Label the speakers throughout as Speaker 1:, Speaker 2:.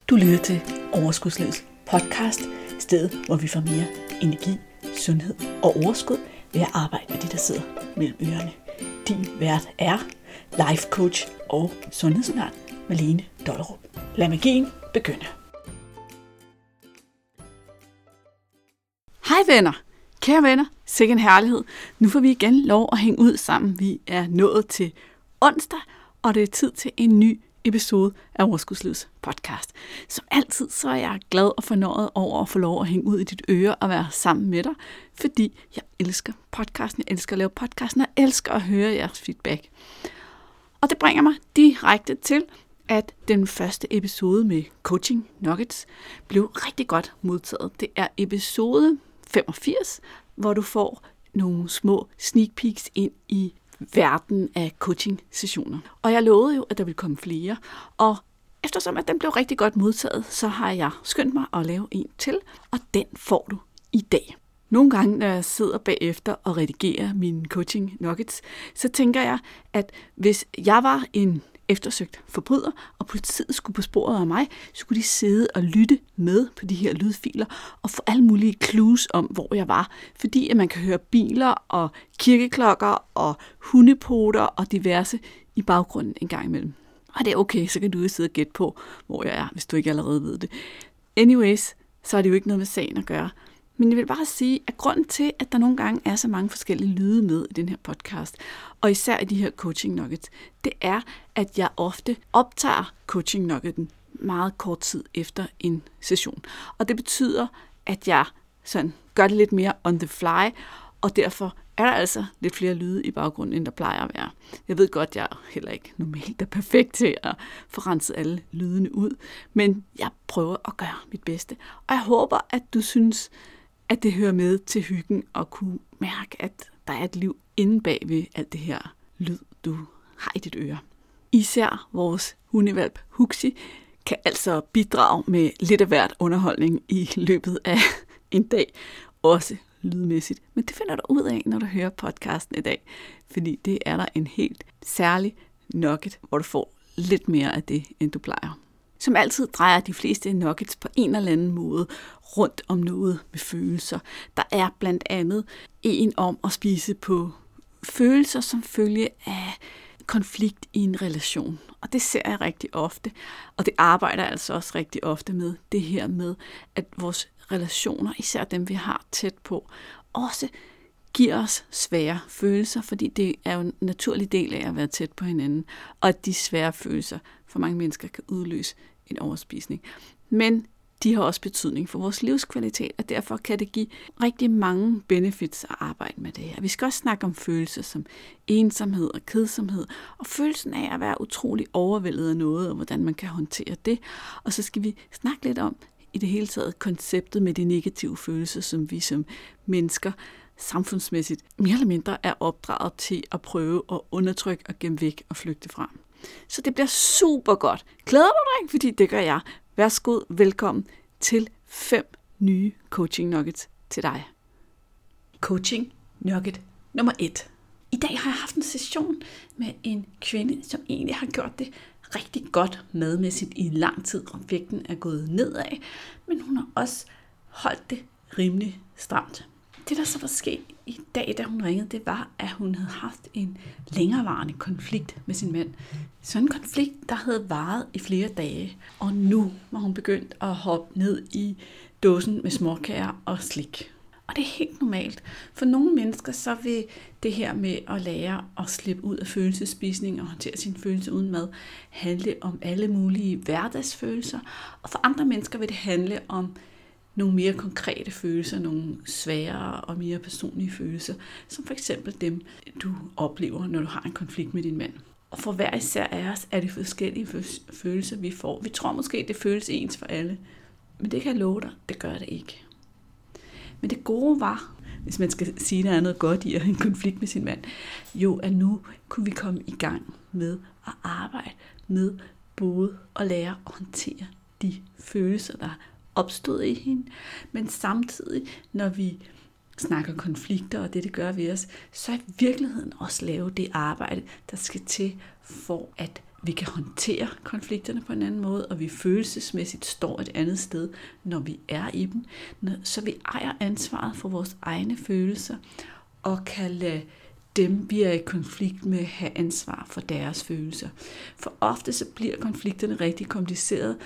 Speaker 1: Du lytter til Overskudslivets podcast, stedet hvor vi får mere energi, sundhed og overskud ved at arbejde med de, der sidder mellem ørerne. Din vært er life coach og sundhedsundern Malene Dollerup. Lad magien begynde. Hej venner, kære venner, sikke en herlighed. Nu får vi igen lov at hænge ud sammen. Vi er nået til onsdag, og det er tid til en ny episode af Overskudslivets podcast. Som altid så er jeg glad og fornøjet over at få lov at hænge ud i dit øre og være sammen med dig, fordi jeg elsker podcasten, jeg elsker at lave podcasten, og jeg elsker at høre jeres feedback. Og det bringer mig direkte til, at den første episode med Coaching Nuggets blev rigtig godt modtaget. Det er episode 85, hvor du får nogle små sneak peeks ind i verden af coaching-sessioner. Og jeg lovede jo, at der ville komme flere, og eftersom at den blev rigtig godt modtaget, så har jeg skyndt mig at lave en til, og den får du i dag. Nogle gange, når jeg sidder bagefter og redigerer mine coaching nuggets, så tænker jeg, at hvis jeg var en eftersøgt forbryder, og politiet skulle på sporet af mig, så skulle de sidde og lytte med på de her lydfiler og få alle mulige clues om, hvor jeg var. Fordi at man kan høre biler og kirkeklokker og hundepoter og diverse i baggrunden en gang imellem. Og det er okay, så kan du jo sidde og gætte på, hvor jeg er, hvis du ikke allerede ved det. Anyways, så er det jo ikke noget med sagen at gøre. Men jeg vil bare sige, at grunden til, at der nogle gange er så mange forskellige lyde med i den her podcast, og især i de her coaching nuggets, det er, at jeg ofte optager coaching nuggeten meget kort tid efter en session. Og det betyder, at jeg sådan gør det lidt mere on the fly, og derfor er der altså lidt flere lyde i baggrunden, end der plejer at være. Jeg ved godt, jeg heller ikke normalt er perfekt til at få renset alle lydene ud, men jeg prøver at gøre mit bedste. Og jeg håber, at du synes, at det hører med til hyggen og kunne mærke, at der er et liv inde bag ved alt det her lyd, du har i dit øre. Især vores hundevalp Huxi kan altså bidrage med lidt af hvert underholdning i løbet af en dag, også lydmæssigt. Men det finder du ud af, når du hører podcasten i dag, fordi det er der en helt særlig nugget, hvor du får lidt mere af det, end du plejer. Som altid drejer de fleste nuggets på en eller anden måde rundt om noget med følelser. Der er blandt andet en om at spise på følelser som følge af konflikt i en relation. Og det ser jeg rigtig ofte, og det arbejder jeg altså også rigtig ofte med, det her med, at vores relationer, især dem vi har tæt på, også giver os svære følelser, fordi det er jo en naturlig del af at være tæt på hinanden, og at de svære følelser for mange mennesker kan udløse en overspisning. Men de har også betydning for vores livskvalitet, og derfor kan det give rigtig mange benefits at arbejde med det her. Vi skal også snakke om følelser som ensomhed og kedsomhed, og følelsen af at være utrolig overvældet af noget, og hvordan man kan håndtere det. Og så skal vi snakke lidt om i det hele taget konceptet med de negative følelser, som vi som mennesker samfundsmæssigt mere eller mindre er opdraget til at prøve at undertrykke og gemme væk og flygte fra. Så det bliver super godt. Glæder du dig? Fordi det gør jeg. Værsgo, velkommen til 5 nye coaching nuggets til dig. Coaching nugget nummer 1. I dag har jeg haft en session med en kvinde, som egentlig har gjort det rigtig godt madmæssigt i lang tid, og vægten er gået nedad, men hun har også holdt det rimelig stramt. Det, der så var sket i dag, da hun ringede, det var, at hun havde haft en længerevarende konflikt med sin mand. Sådan en konflikt, der havde varet i flere dage, og nu var hun begyndt at hoppe ned i dåsen med småkager og slik. Og det er helt normalt. For nogle mennesker, så vil det her med at lære at slippe ud af følelsesspisning og håndtere sine følelser uden mad, handle om alle mulige hverdagsfølelser. Og for andre mennesker vil det handle om nogle mere konkrete følelser, nogle sværere og mere personlige følelser, som for eksempel dem, du oplever, når du har en konflikt med din mand. Og for hver især af os er det forskellige følelser, vi får. Vi tror måske, det føles ens for alle, men det kan jeg love dig, det gør det ikke. Men det gode var, hvis man skal sige, der er noget godt i at have en konflikt med sin mand, jo at nu kunne vi komme i gang med at arbejde med både at lære at håndtere de følelser, der opstod i hende, men samtidig, når vi snakker konflikter og det gør ved os, så i virkeligheden også lave det arbejde, der skal til for at vi kan håndtere konflikterne på en anden måde, og vi følelsesmæssigt står et andet sted, når vi er i dem. Så vi ejer ansvaret for vores egne følelser, og kan lade dem, vi er i konflikt med, have ansvar for deres følelser. For ofte så bliver konflikterne rigtig komplicerede,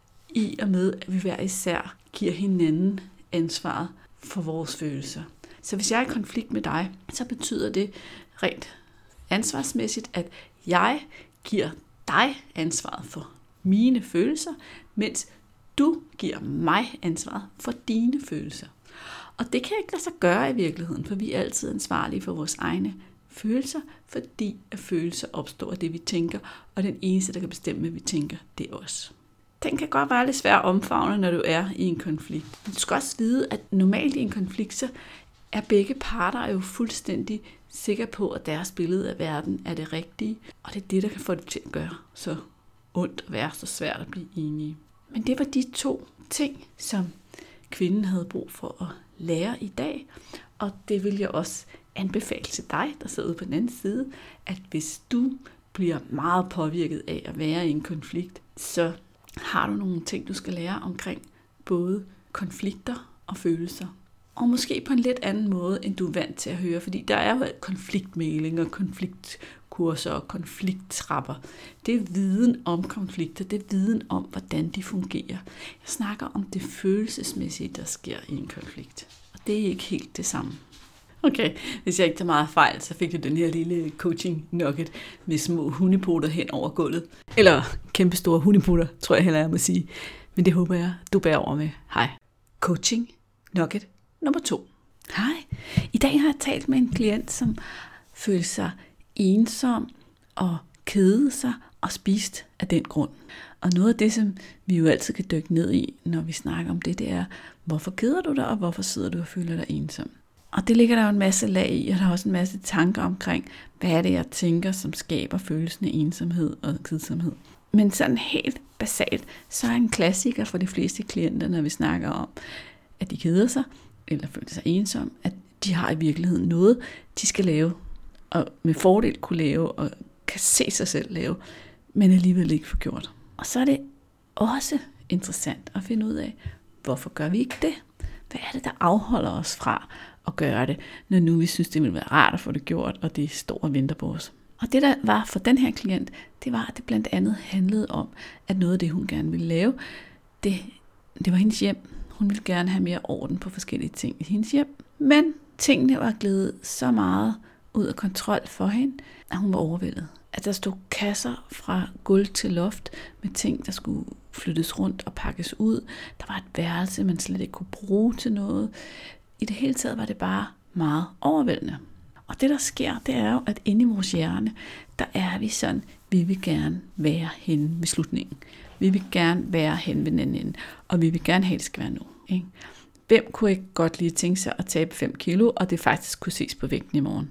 Speaker 1: i og med, at vi hver især giver hinanden ansvaret for vores følelser. Så hvis jeg er i konflikt med dig, så betyder det rent ansvarsmæssigt, at jeg giver dig ansvaret for mine følelser, mens du giver mig ansvaret for dine følelser. Og det kan ikke lade sig gøre i virkeligheden, for vi er altid ansvarlige for vores egne følelser, fordi at følelser opstår af det, vi tænker, og den eneste, der kan bestemme, hvad vi tænker, det er os. Den kan godt være lidt svær at omfavne, når du er i en konflikt. Du skal også vide, at normalt i en konflikt, så er begge parter jo fuldstændig sikre på, at deres billede af verden er det rigtige, og det er det, der kan få det til at gøre så ondt og være så svært at blive enige. Men det var de 2 ting, som kvinden havde brug for at lære i dag, og det vil jeg også anbefale til dig, der sidder ude på den anden side, at hvis du bliver meget påvirket af at være i en konflikt, så har du nogle ting, du skal lære omkring både konflikter og følelser. Og måske på en lidt anden måde, end du er vant til at høre, fordi der er jo konfliktmægling og konfliktkurser og konflikttrapper. Det er viden om konflikter, det er viden om, hvordan de fungerer. Jeg snakker om det følelsesmæssige, der sker i en konflikt. Og det er ikke helt det samme. Okay, hvis jeg ikke tager meget fejl, så fik du den her lille coaching nugget med små hundepoter hen over gulvet. Eller kæmpestore hundepoter, tror jeg heller, jeg må sige. Men det håber jeg, du bærer over med. Hej. Coaching nugget nummer 2. Hej. I dag har jeg talt med en klient, som følte sig ensom og kedede sig og spist af den grund. Og noget af det, som vi jo altid kan dykke ned i, når vi snakker om det, det er, hvorfor keder du dig, og hvorfor sidder du og føler dig ensom? Og det ligger der jo en masse lag i, og der er også en masse tanker omkring, hvad er det, jeg tænker, som skaber følelsen af ensomhed og kedsomhed. Men sådan helt basalt, så er en klassiker for de fleste klienter, når vi snakker om, at de keder sig, eller føler sig ensom, at de har i virkeligheden noget, de skal lave, og med fordel kunne lave, og kan se sig selv lave, men alligevel ikke få gjort. Og så er det også interessant at finde ud af, hvorfor gør vi ikke det? Hvad er det, der afholder os fra at gøre det, når nu vi synes, det ville være rart at få det gjort, og det står og venter på os? Og det, der var for den her klient, det var, at det blandt andet handlede om, at noget af det, hun gerne ville lave, det var hendes hjem. Hun ville gerne have mere orden på forskellige ting i hendes hjem. Men tingene var gledet så meget ud af kontrol for hende, at hun var overvældet. At der stod kasser fra gulv til loft med ting, der skulle flyttes rundt og pakkes ud. Der var et værelse, man slet ikke kunne bruge til noget. I det hele taget var det bare meget overvældende. Og det, der sker, det er jo, at inde i vores hjerne, der er vi sådan, vi vil gerne være henne ved slutningen. Vi vil gerne være henne ved den ende, og vi vil gerne have, det skal være nu. Ikke? Hvem kunne ikke godt lige tænke sig at tabe 5 kilo, og det faktisk kunne ses på vægten i morgen?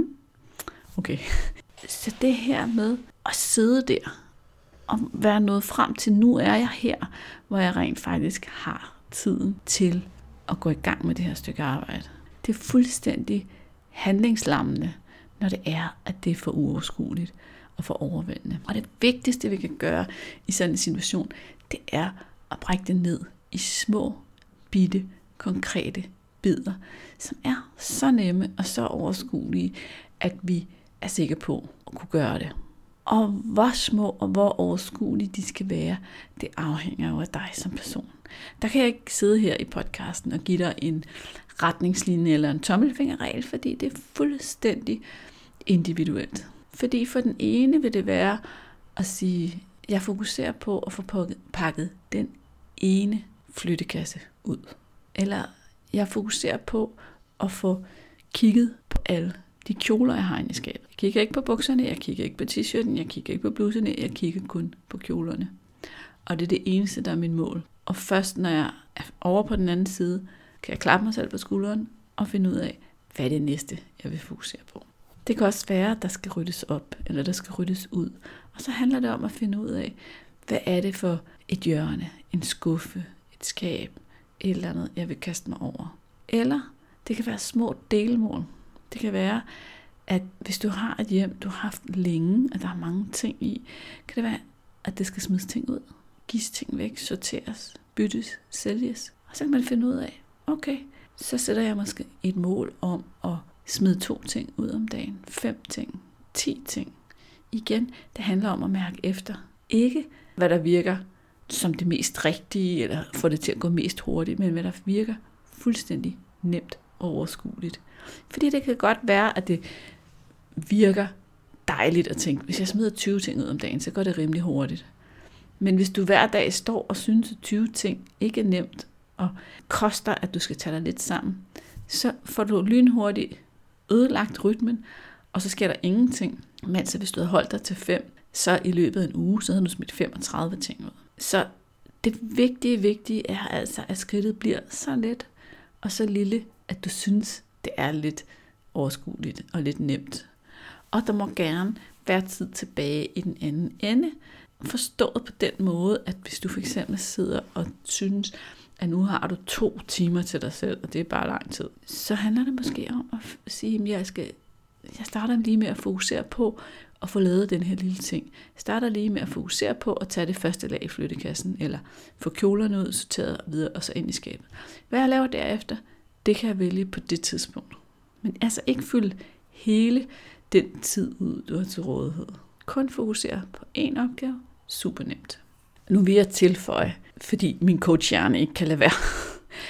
Speaker 1: Okay. Så det her med at sidde der, og være nået frem til, nu er jeg her, hvor jeg rent faktisk har tiden til at gå i gang med det her stykke arbejde. Det er fuldstændig handlingslammende, når det er, at det er for uoverskueligt og for overvældende. Og det vigtigste, vi kan gøre i sådan en situation, det er at brække det ned i små, bitte, konkrete bidder, som er så nemme og så overskuelige, at vi er sikre på at kunne gøre det. Og hvor små og hvor overskuelige de skal være, det afhænger jo af dig som person. Der kan jeg ikke sidde her i podcasten og give dig en retningslinje eller en tommelfingerregel, fordi det er fuldstændig individuelt. Fordi for den ene vil det være at sige, jeg fokuserer på at få pakket den ene flyttekasse ud. Eller jeg fokuserer på at få kigget på alle de kjoler, jeg har inde i skabet. Jeg kigger ikke på bukserne, jeg kigger ikke på t-shirten, jeg kigger ikke på bluserne, jeg kigger kun på kjolerne. Og det er det eneste, der er mit mål. Og først når jeg er over på den anden side, kan jeg klappe mig selv på skulderen og finde ud af, hvad er det næste, jeg vil fokusere på. Det kan også være, at der skal ryddes op, eller der skal ryddes ud. Og så handler det om at finde ud af, hvad er det for et hjørne, en skuffe, et skab, et eller andet, jeg vil kaste mig over. Eller det kan være små delmål. Det kan være, at hvis du har et hjem, du har haft længe, og der er mange ting i, kan det være, at det skal smides ting ud, gives ting væk, sorteres, byttes, sælges. Og så kan man finde ud af, okay, så sætter jeg måske et mål om at smide 2 ting ud om dagen, 5 ting, 10 ting. Igen, det handler om at mærke efter. Ikke hvad der virker som det mest rigtige, eller få det til at gå mest hurtigt, men hvad der virker fuldstændig nemt og overskueligt. Fordi det kan godt være, at det virker dejligt at tænke, hvis jeg smider 20 ting ud om dagen, så går det rimelig hurtigt. Men hvis du hver dag står og synes, at 20 ting ikke er nemt, og koster, at du skal tage dig lidt sammen, så får du lynhurtigt ødelagt rytmen, og så sker der ingenting. Mens hvis du havde holdt dig til 5, så i løbet af en uge, så havde du smidt 35 ting ud. Så det vigtige er altså, at skridtet bliver så let og så lille, at du synes, det er lidt overskueligt og lidt nemt. Og der må gerne være tid tilbage i den anden ende. Forstået på den måde, at hvis du for eksempel sidder og synes, at nu har du 2 timer til dig selv, og det er bare lang tid, så handler det måske om at sige, at jeg starter lige med at fokusere på at få lavet den her lille ting. Jeg starter lige med at fokusere på at tage det første lag i flyttekassen, eller få kjolerne ud, sorteret og videre, og så ind i skabet. Hvad jeg laver derefter, det kan jeg vælge på det tidspunkt. Men altså ikke fylde hele den tid ud, du har til rådighed. Kun fokusere på én opgave. Super nemt. Nu vil jeg tilføje, fordi min coachhjerne ikke kan lade være,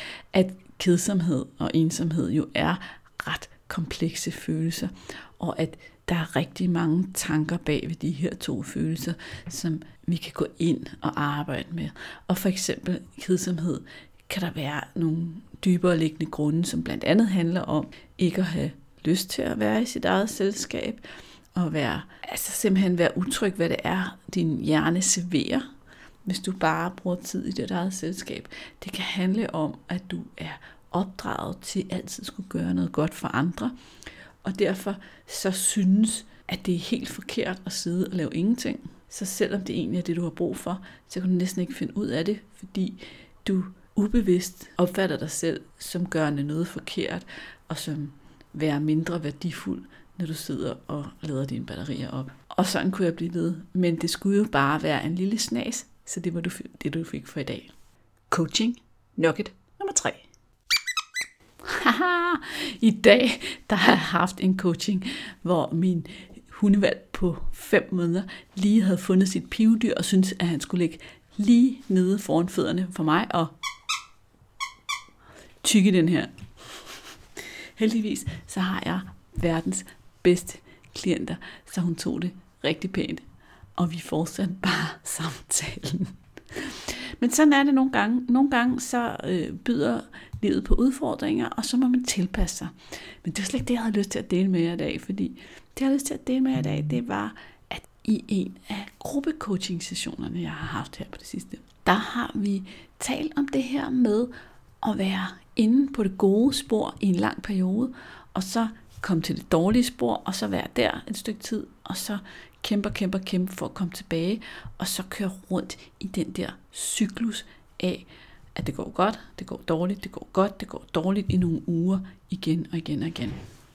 Speaker 1: at kedsomhed og ensomhed jo er ret komplekse følelser, og at der er rigtig mange tanker bag ved de her 2 følelser, som vi kan gå ind og arbejde med. Og for eksempel kedsomhed kan der være nogle dybere liggende grunde, som blandt andet handler om ikke at have lyst til at være i sit eget selskab, og simpelthen være utryg, hvad det er, din hjerne serverer, hvis du bare bruger tid i dit eget selskab. Det kan handle om, at du er opdraget til altid skulle gøre noget godt for andre, og derfor så synes, at det er helt forkert at sidde og lave ingenting. Så selvom det egentlig er det, du har brug for, så kan du næsten ikke finde ud af det, fordi du ubevidst opfatter dig selv som gørende noget forkert, og som være mindre værdifuld, når du sidder og lader dine batterier op. Og sådan kunne jeg blive ved. Men det skulle jo bare være en lille snas, så det var det, du fik for i dag. Coaching nugget nummer 3. I dag, der har jeg haft en coaching, hvor min hundevalp på 5 måneder lige havde fundet sit pivedyr og syntes, at han skulle ligge lige nede foran fødderne for mig og tykke den her. Heldigvis så har jeg verdens bedste klienter, så hun tog det rigtig pænt, og vi fortsatte bare samtalen. Men sådan er det nogle gange. Nogle gange så byder livet på udfordringer, og så må man tilpasse sig. Men det var slet ikke det, jeg havde lyst til at dele med jer i dag, fordi det, jeg havde lyst til at dele med jer i dag, det var, at i en af gruppecoaching-sessionerne, jeg har haft her på det sidste, der har vi talt om det her med at være inde på det gode spor i en lang periode, og så komme til det dårlige spor, og så være der et stykke tid, og så kæmpe for at komme tilbage, og så køre rundt i den der cyklus af, at det går godt, det går dårligt, det går godt, det går dårligt i nogle uger, igen og igen og igen.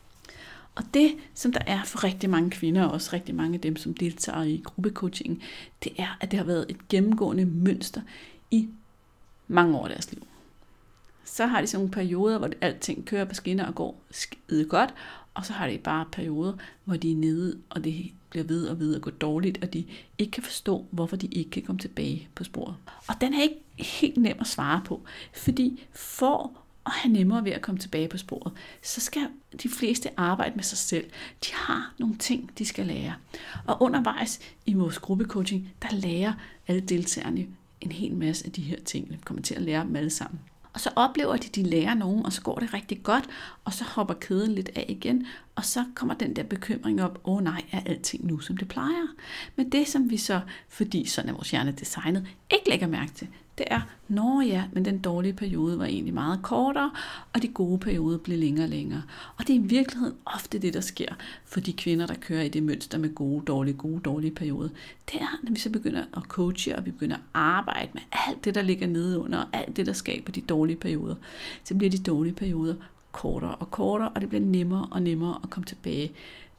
Speaker 1: Og det, som der er for rigtig mange kvinder, og også rigtig mange af dem, som deltager i gruppecoaching, det er, at det har været et gennemgående mønster i mange år af deres liv. Så har de sådan nogle perioder, hvor alting kører på skinner og går skide godt, og så har de bare perioder, hvor de er nede, og det bliver ved at gå dårligt, og de ikke kan forstå, hvorfor de ikke kan komme tilbage på sporet. Og den er ikke helt nem at svare på, fordi for at have nemmere ved at komme tilbage på sporet, så skal de fleste arbejde med sig selv. De har nogle ting, de skal lære. Og undervejs i vores gruppecoaching, der lærer alle deltagerne en hel masse af de her ting. De kommer til at lære dem alle sammen. Og så oplever de lærer nogen, og så går det rigtig godt, og så hopper kæden lidt af igen, og så kommer den der bekymring op, nej, er alting nu, som det plejer? Men det, som vi så, fordi sådan er vores hjerne designet, ikke lægger mærke til, det er, men den dårlige periode var egentlig meget kortere, og de gode perioder blev længere og længere. Og det er i virkeligheden ofte det, der sker for de kvinder, der kører i det mønster med gode, dårlige perioder. Det er, når vi så begynder at coache, og vi begynder at arbejde med alt det, der ligger nede under, og alt det, der skaber de dårlige perioder, så bliver de dårlige perioder kortere og kortere, og det bliver nemmere og nemmere at komme tilbage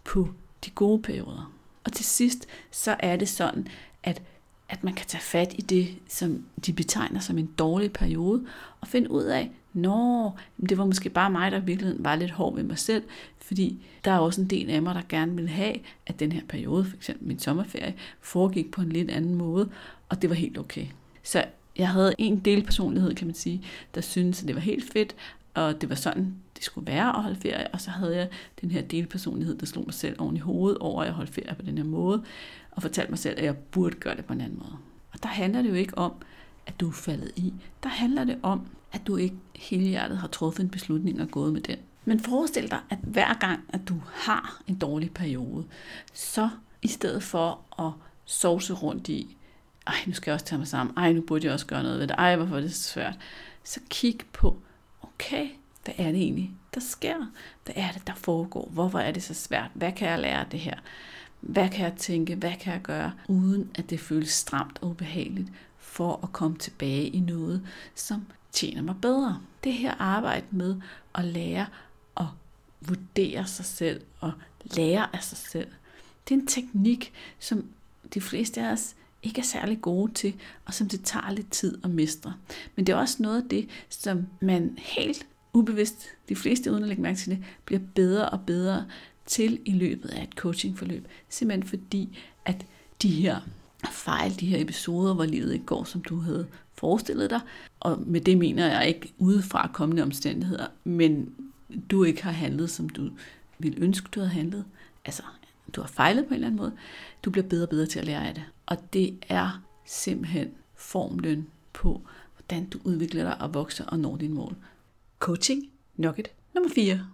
Speaker 1: på de gode perioder. Og til sidst, så er det sådan, at man kan tage fat i det, som de betegner som en dårlig periode, og finde ud af, det var måske bare mig, der i virkeligheden var lidt hård ved mig selv, fordi der er også en del af mig, der gerne vil have, at den her periode, for eksempel min sommerferie, foregik på en lidt anden måde, og det var helt okay. Så jeg havde en delpersonlighed, kan man sige, der syntes, at det var helt fedt, og det var sådan, det skulle være at holde ferie, og så havde jeg den her delpersonlighed, der slog mig selv oven i hovedet over, at jeg holdt ferie på den her måde, og fortalte mig selv, at jeg burde gøre det på en anden måde. Og der handler det jo ikke om, at du er faldet i. Der handler det om, at du ikke helhjertet har truffet en beslutning og gået med den. Men forestil dig, at hver gang, at du har en dårlig periode, så i stedet for at sovse rundt i, nu skal jeg også tage mig sammen, nu burde jeg også gøre noget ved det, hvorfor er det så svært, så kig på, okay, hvad er det egentlig, der sker? Hvad er det, der foregår? Hvorfor er det så svært? Hvad kan jeg lære af det her? Hvad kan jeg tænke? Hvad kan jeg gøre? Uden at det føles stramt og ubehageligt, for at komme tilbage i noget, som tjener mig bedre. Det her arbejde med at lære at vurdere sig selv og lære af sig selv, det er en teknik, som de fleste af os ikke er særlig gode til, og som det tager lidt tid at mestre. Men det er også noget af det, som man helt ubevidst, de fleste uden at lægge mærke til det, bliver bedre og bedre til i løbet af et coachingforløb. Simpelthen fordi, at de her fejl, de her episoder, hvor livet ikke går, som du havde forestillet dig, og med det mener jeg ikke udefra kommende omstændigheder, men du ikke har handlet, som du ville ønske, du havde handlet. Altså, du har fejlet på en eller anden måde. Du bliver bedre og bedre til at lære af det. Og det er simpelthen formlen på, hvordan du udvikler dig og vokser og når dine mål. Coaching nugget nummer 4.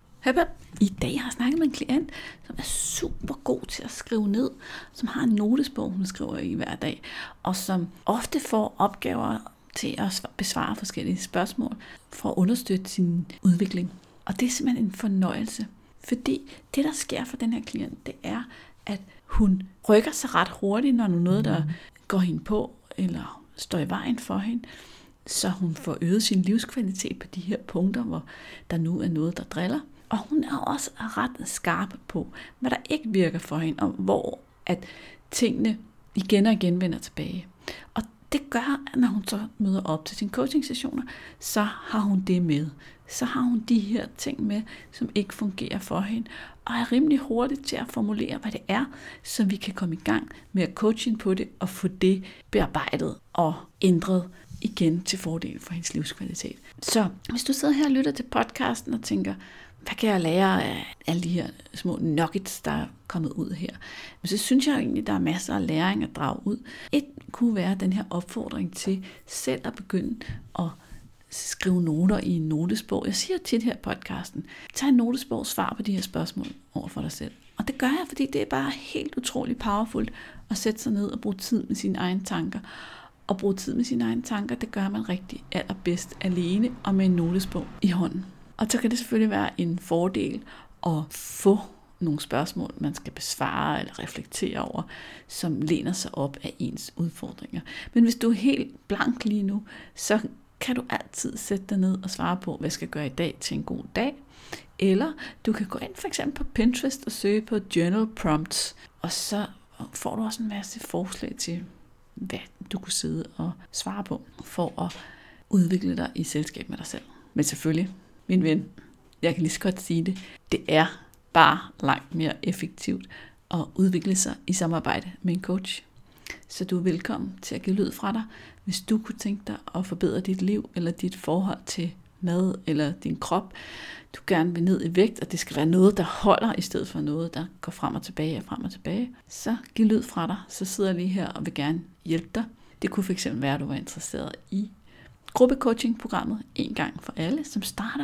Speaker 1: I dag har jeg snakket med en klient, som er super god til at skrive ned, som har en notesbog, hun skriver i hver dag, og som ofte får opgaver til at besvare forskellige spørgsmål for at understøtte sin udvikling. Og det er simpelthen en fornøjelse, fordi det, der sker for den her klient, det er, at hun rykker sig ret hurtigt, når noget, der går hende på, eller står i vejen for hende, så hun får øget sin livskvalitet på de her punkter, hvor der nu er noget, der driller. Og hun er også ret skarp på, hvad der ikke virker for hende, og hvor at tingene igen og igen vender tilbage. Og det gør, at når hun så møder op til sine coaching-sessioner, så har hun det med. Så har hun de her ting med, som ikke fungerer for hende, og er rimelig hurtigt til at formulere, hvad det er, så vi kan komme i gang med at coaching på det, og få det bearbejdet og ændret igen til fordel for hendes livskvalitet. Så hvis du sidder her og lytter til podcasten og tænker, hvad kan jeg lære af alle de her små nuggets, der er kommet ud her? Så synes jeg egentlig, der er masser af læring at drage ud. Et kunne være den her opfordring til selv at begynde at skrive noter i en notesbog. Jeg siger tit her i podcasten, tag en notesbog og svar på de her spørgsmål over for dig selv. Og det gør jeg, fordi det er bare helt utroligt powerfult at sætte sig ned og bruge tid med sine egne tanker. Og bruge tid med sine egne tanker, det gør man rigtig allerbedst alene og med en notesbog i hånden. Og så kan det selvfølgelig være en fordel at få nogle spørgsmål, man skal besvare eller reflektere over, som læner sig op af ens udfordringer. Men hvis du er helt blank lige nu, så kan du altid sætte dig ned og svare på, hvad jeg skal gøre i dag til en god dag. Eller du kan gå ind for eksempel på Pinterest og søge på journal prompts, og så får du også en masse forslag til, hvad du kunne sidde og svare på, for at udvikle dig i selskab med dig selv. Men selvfølgelig, min ven, jeg kan lige så godt sige det, det er bare langt mere effektivt at udvikle sig i samarbejde med en coach. Så du er velkommen til at give lyd fra dig, hvis du kunne tænke dig at forbedre dit liv, eller dit forhold til mad, eller din krop. Du gerne vil ned i vægt, og det skal være noget, der holder, i stedet for noget, der går frem og tilbage og frem og tilbage. Så giv lyd fra dig, så sidder jeg lige her og vil gerne hjælpe dig. Det kunne fx være, at du var interesseret i gruppecoaching-programmet En gang for alle, som starter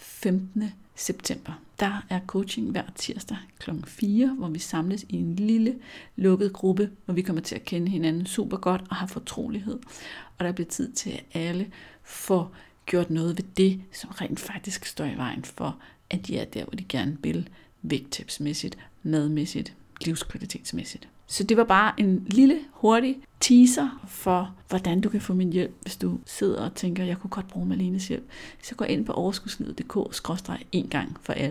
Speaker 1: 15. september. Der er coaching hver tirsdag kl. 4, hvor vi samles i en lille lukket gruppe, hvor vi kommer til at kende hinanden super godt og have fortrolighed. Og der bliver tid til, at alle får gjort noget ved det, som rent faktisk står i vejen for, at de er der, hvor de gerne vil, vægttabsmæssigt, madmæssigt, livskvalitetsmæssigt. Så det var bare en lille, hurtig teaser for, hvordan du kan få min hjælp, hvis du sidder og tænker, jeg kunne godt bruge Malenes hjælp. Så gå ind på overskudslivet.dk/en gang for alle.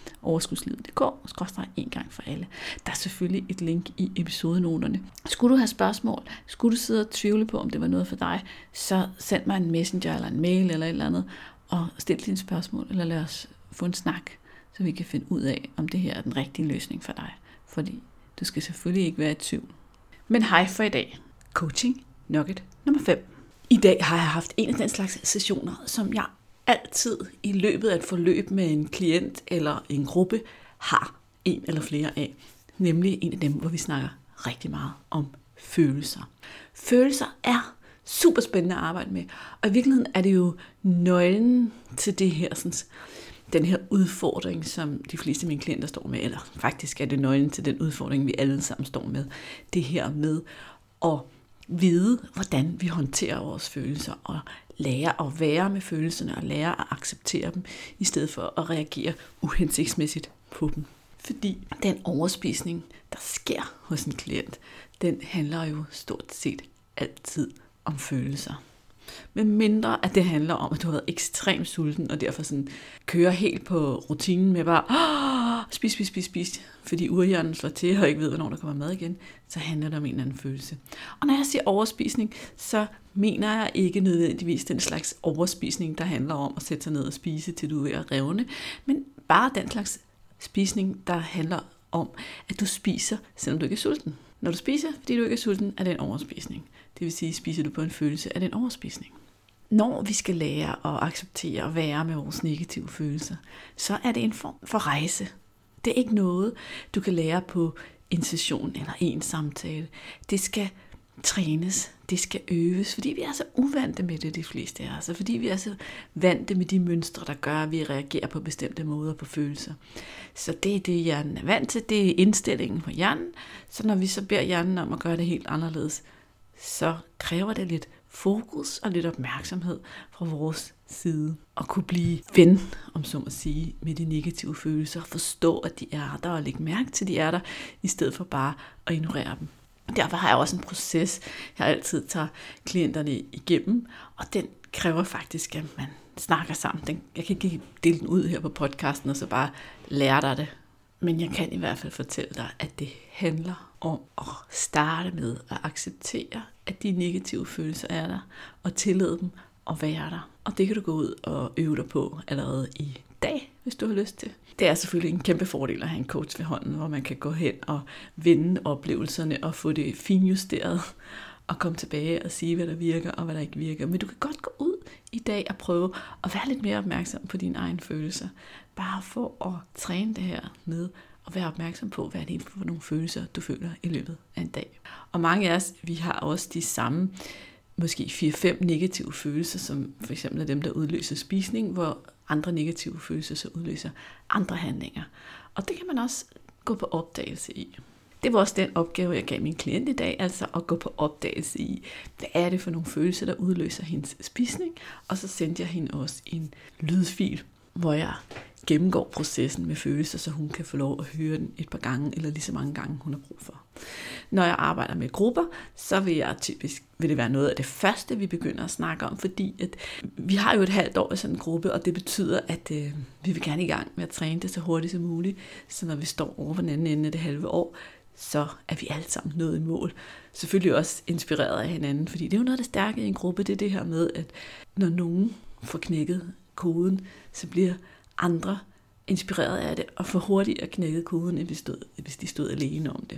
Speaker 1: overskudslivet.dk/en gang for alle. Der er selvfølgelig et link i episodenoterne. Skulle du have spørgsmål, skulle du sidde og tvivle på, om det var noget for dig, så send mig en messenger eller en mail eller et eller andet, og stil dine spørgsmål, eller lad os få en snak, så vi kan finde ud af, om det her er den rigtige løsning for dig. Fordi du skal selvfølgelig ikke være i tvivl. Men hej for i dag. Coaching nugget nummer 5. I dag har jeg haft en af den slags sessioner, som jeg altid i løbet af et forløb med en klient eller en gruppe har en eller flere af. Nemlig en af dem, hvor vi snakker rigtig meget om følelser. Følelser er super spændende at arbejde med, og i virkeligheden er det jo nøglen til det her, sådan, den her udfordring, som de fleste af mine klienter står med, eller faktisk er det nøglen til den udfordring, vi alle sammen står med. Det her med at vide, hvordan vi håndterer vores følelser, og lære at være med følelserne, og lære at acceptere dem, i stedet for at reagere uhensigtsmæssigt på dem. Fordi den overspisning, der sker hos en klient, den handler jo stort set altid om følelser. Men mindre at det handler om, at du har været ekstremt sulten, og derfor sådan kører helt på rutinen med bare spis, fordi urhjernen slår til og ikke ved, hvornår der kommer mad igen, så handler det om en eller anden følelse. Og når jeg siger overspisning, så mener jeg ikke nødvendigvis den slags overspisning, der handler om at sætte sig ned og spise, til du er ved at revne, men bare den slags spisning, der handler om, at du spiser, selvom du ikke er sulten. Når du spiser, fordi du ikke er sulten, er det en overspisning. Det vil sige, spiser du på en følelse, er det en overspisning. Når vi skal lære at acceptere og være med vores negative følelser, så er det en form for rejse. Det er ikke noget, du kan lære på en session eller en samtale. Det skal trænes, det skal øves, fordi vi er så uvante med det, de fleste af os, og fordi vi er så vante med de mønstre, der gør, at vi reagerer på bestemte måder på følelser. Så det er det, hjernen er vant til, det er indstillingen på hjernen, så når vi så beder hjernen om at gøre det helt anderledes, så kræver det lidt fokus og lidt opmærksomhed fra vores side. At kunne blive ven, om så må sige, med de negative følelser, forstå, at de er der, og lægge mærke til, at de er der, i stedet for bare at ignorere dem. Derfor har jeg også en proces, jeg altid tager klienterne igennem, og den kræver faktisk, at man snakker sammen. Jeg kan ikke dele den ud her på podcasten, og så bare lære dig det. Men jeg kan i hvert fald fortælle dig, at det handler om at starte med at acceptere, at de negative følelser er der, og tillade dem at være der. Og det kan du gå ud og øve dig på allerede i dag, hvis du har lyst til. Det er selvfølgelig en kæmpe fordel at have en coach ved hånden, hvor man kan gå hen og vende oplevelserne og få det finjusteret og komme tilbage og sige, hvad der virker og hvad der ikke virker. Men du kan godt gå ud i dag og prøve at være lidt mere opmærksom på dine egne følelser. Bare for at træne det her med at være opmærksom på, hvad det er for nogle følelser, du føler i løbet af en dag. Og mange af os, vi har også de samme, måske 4-5 negative følelser, som for eksempel er dem, der udløser spisning, hvor andre negative følelser så udløser andre handlinger. Og det kan man også gå på opdagelse i. Det var også den opgave, jeg gav min klient i dag, altså at gå på opdagelse i, hvad er det for nogle følelser, der udløser hendes spisning, og så sendte jeg hende også en lydfil, hvor jeg gennemgår processen med følelser, så hun kan få lov at høre den et par gange, eller lige så mange gange, hun har brug for. Når jeg arbejder med grupper, så vil det være noget af det første, vi begynder at snakke om, fordi at vi har jo et halvt år i sådan en gruppe, og det betyder, at vi vil gerne i gang med at træne det så hurtigt som muligt, så når vi står over på den anden ende af det halve år, så er vi alle sammen nået i mål. Selvfølgelig også inspireret af hinanden, fordi det er jo noget af det stærke i en gruppe, det er det her med, at når nogen får knækket koden, så bliver andre inspireret af det, og får hurtigere knækket koden, end hvis de stod alene om det.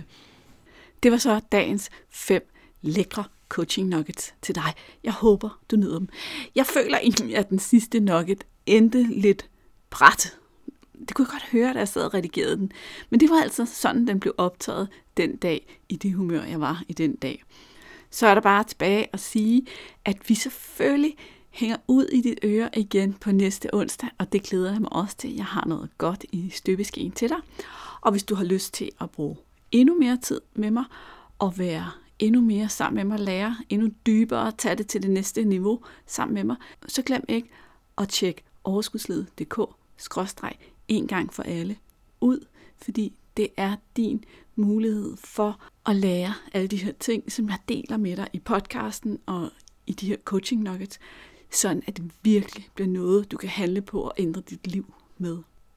Speaker 1: Det var så dagens 5 lækre coaching nuggets til dig. Jeg håber, du nyder dem. Jeg føler egentlig, at den sidste nugget endte lidt brat. Det kunne jeg godt høre, da jeg sad og redigerede den. Men det var altså sådan, den blev optaget den dag, i det humør, jeg var i den dag. Så er der bare tilbage at sige, at vi selvfølgelig hænger ud i dit øre igen på næste onsdag, og det glæder jeg mig også til. Jeg har noget godt i støbeskeen til dig. Og hvis du har lyst til at bruge endnu mere tid med mig, og være endnu mere sammen med mig, lære endnu dybere, tage det til det næste niveau sammen med mig, så glem ikke at tjekke overskudslivet.dk/en gang for alle ud, fordi det er din mulighed for at lære alle de her ting, som jeg deler med dig i podcasten og i de her coaching nuggets, sådan at det virkelig bliver noget, du kan handle på og ændre dit liv med.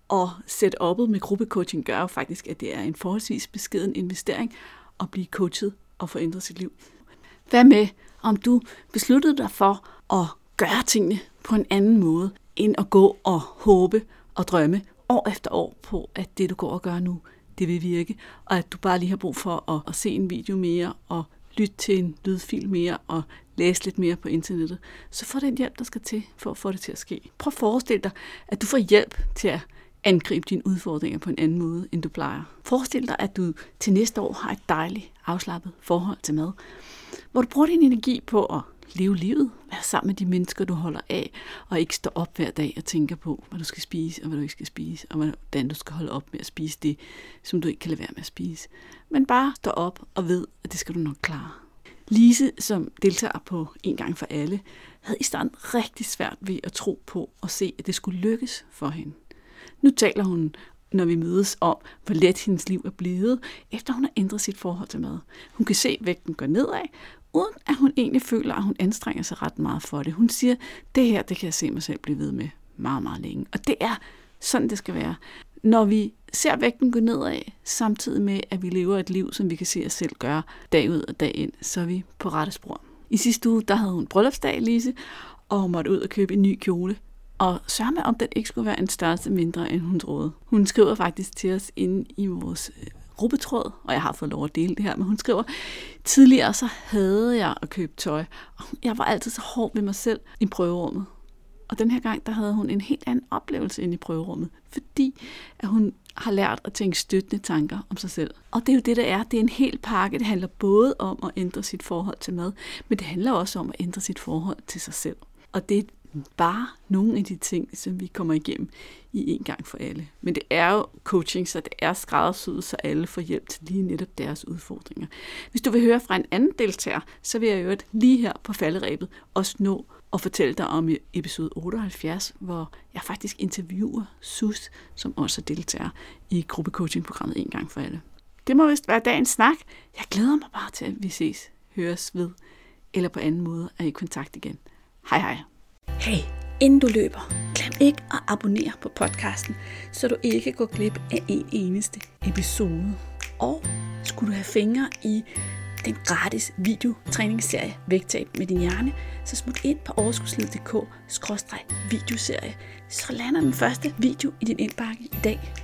Speaker 1: Og setup'et med gruppecoaching gør jo faktisk, at det er en forholdsvis beskeden investering at blive coachet og få ændret sit liv. Hvad med, om du besluttede dig for at gøre tingene på en anden måde, end at gå og håbe og drømme år efter år på, at det du går og gør nu, det vil virke, og at du bare lige har brug for at se en video mere og lytte til en lydfil mere og læse lidt mere på internettet, så få den hjælp, der skal til for at få det til at ske. Prøv at forestille dig, at du får hjælp til at angribe dine udfordringer på en anden måde, end du plejer. Forestil dig, at du til næste år har et dejligt, afslappet forhold til mad, hvor du bruger din energi på at leve livet, være sammen med de mennesker, du holder af, og ikke stå op hver dag og tænke på, hvad du skal spise, og hvad du ikke skal spise, og hvordan du skal holde op med at spise det, som du ikke kan lade være med at spise. Men bare stå op og ved, at det skal du nok klare. Lise, som deltager på En Gang for Alle, havde i starten rigtig svært ved at tro på og se, at det skulle lykkes for hende. Nu taler hun, når vi mødes, om, hvor let hendes liv er blevet, efter hun har ændret sit forhold til mad. Hun kan se, at vægten går nedad, uden at hun egentlig føler, at hun anstrenger sig ret meget for det. Hun siger, det her, det kan jeg se mig selv blive ved med meget, meget længe. Og det er sådan, det skal være. Når vi ser vægten gå nedad, samtidig med, at vi lever et liv, som vi kan se os selv gøre dag ud og dag ind, så er vi på rette spor. I sidste uge, der havde hun bryllupsdag, Lise, og hun måtte ud og købe en ny kjole. Og sørg med, om den ikke skulle være en størrelse mindre, end hun troede. Hun skriver faktisk til os inde i vores gruppetråd, og jeg har fået lov at dele det her, men hun skriver, tidligere så havde jeg at købe tøj, og jeg var altid så hård ved mig selv i prøverummet. Og den her gang, der havde hun en helt anden oplevelse inde i prøverummet, fordi at hun har lært at tænke støttende tanker om sig selv. Og det er jo det, der er. Det er en hel pakke. Det handler både om at ændre sit forhold til mad, men det handler også om at ændre sit forhold til sig selv. Og det er bare nogle af de ting, som vi kommer igennem i En Gang for Alle. Men det er jo coaching, så det er skræddersyet, så alle får hjælp til lige netop deres udfordringer. Hvis du vil høre fra en anden deltager, så vil jeg jo lige her på falderebet også nå at fortælle dig om episode 78, hvor jeg faktisk interviewer Sus, som også deltager i gruppecoaching-programmet En Gang for Alle. Det må vist være dagens snak. Jeg glæder mig bare til, at vi ses, høres ved, eller på anden måde er i kontakt igen. Hej hej. Hey, inden du løber, glem ikke at abonnere på podcasten, så du ikke går glip af en eneste episode. Og skulle du have fingre i den gratis videotræningsserie Vægtab med din hjerne, så smut ind på overskudslivet.dk/videoserie, så lander den første video i din indbakke i dag.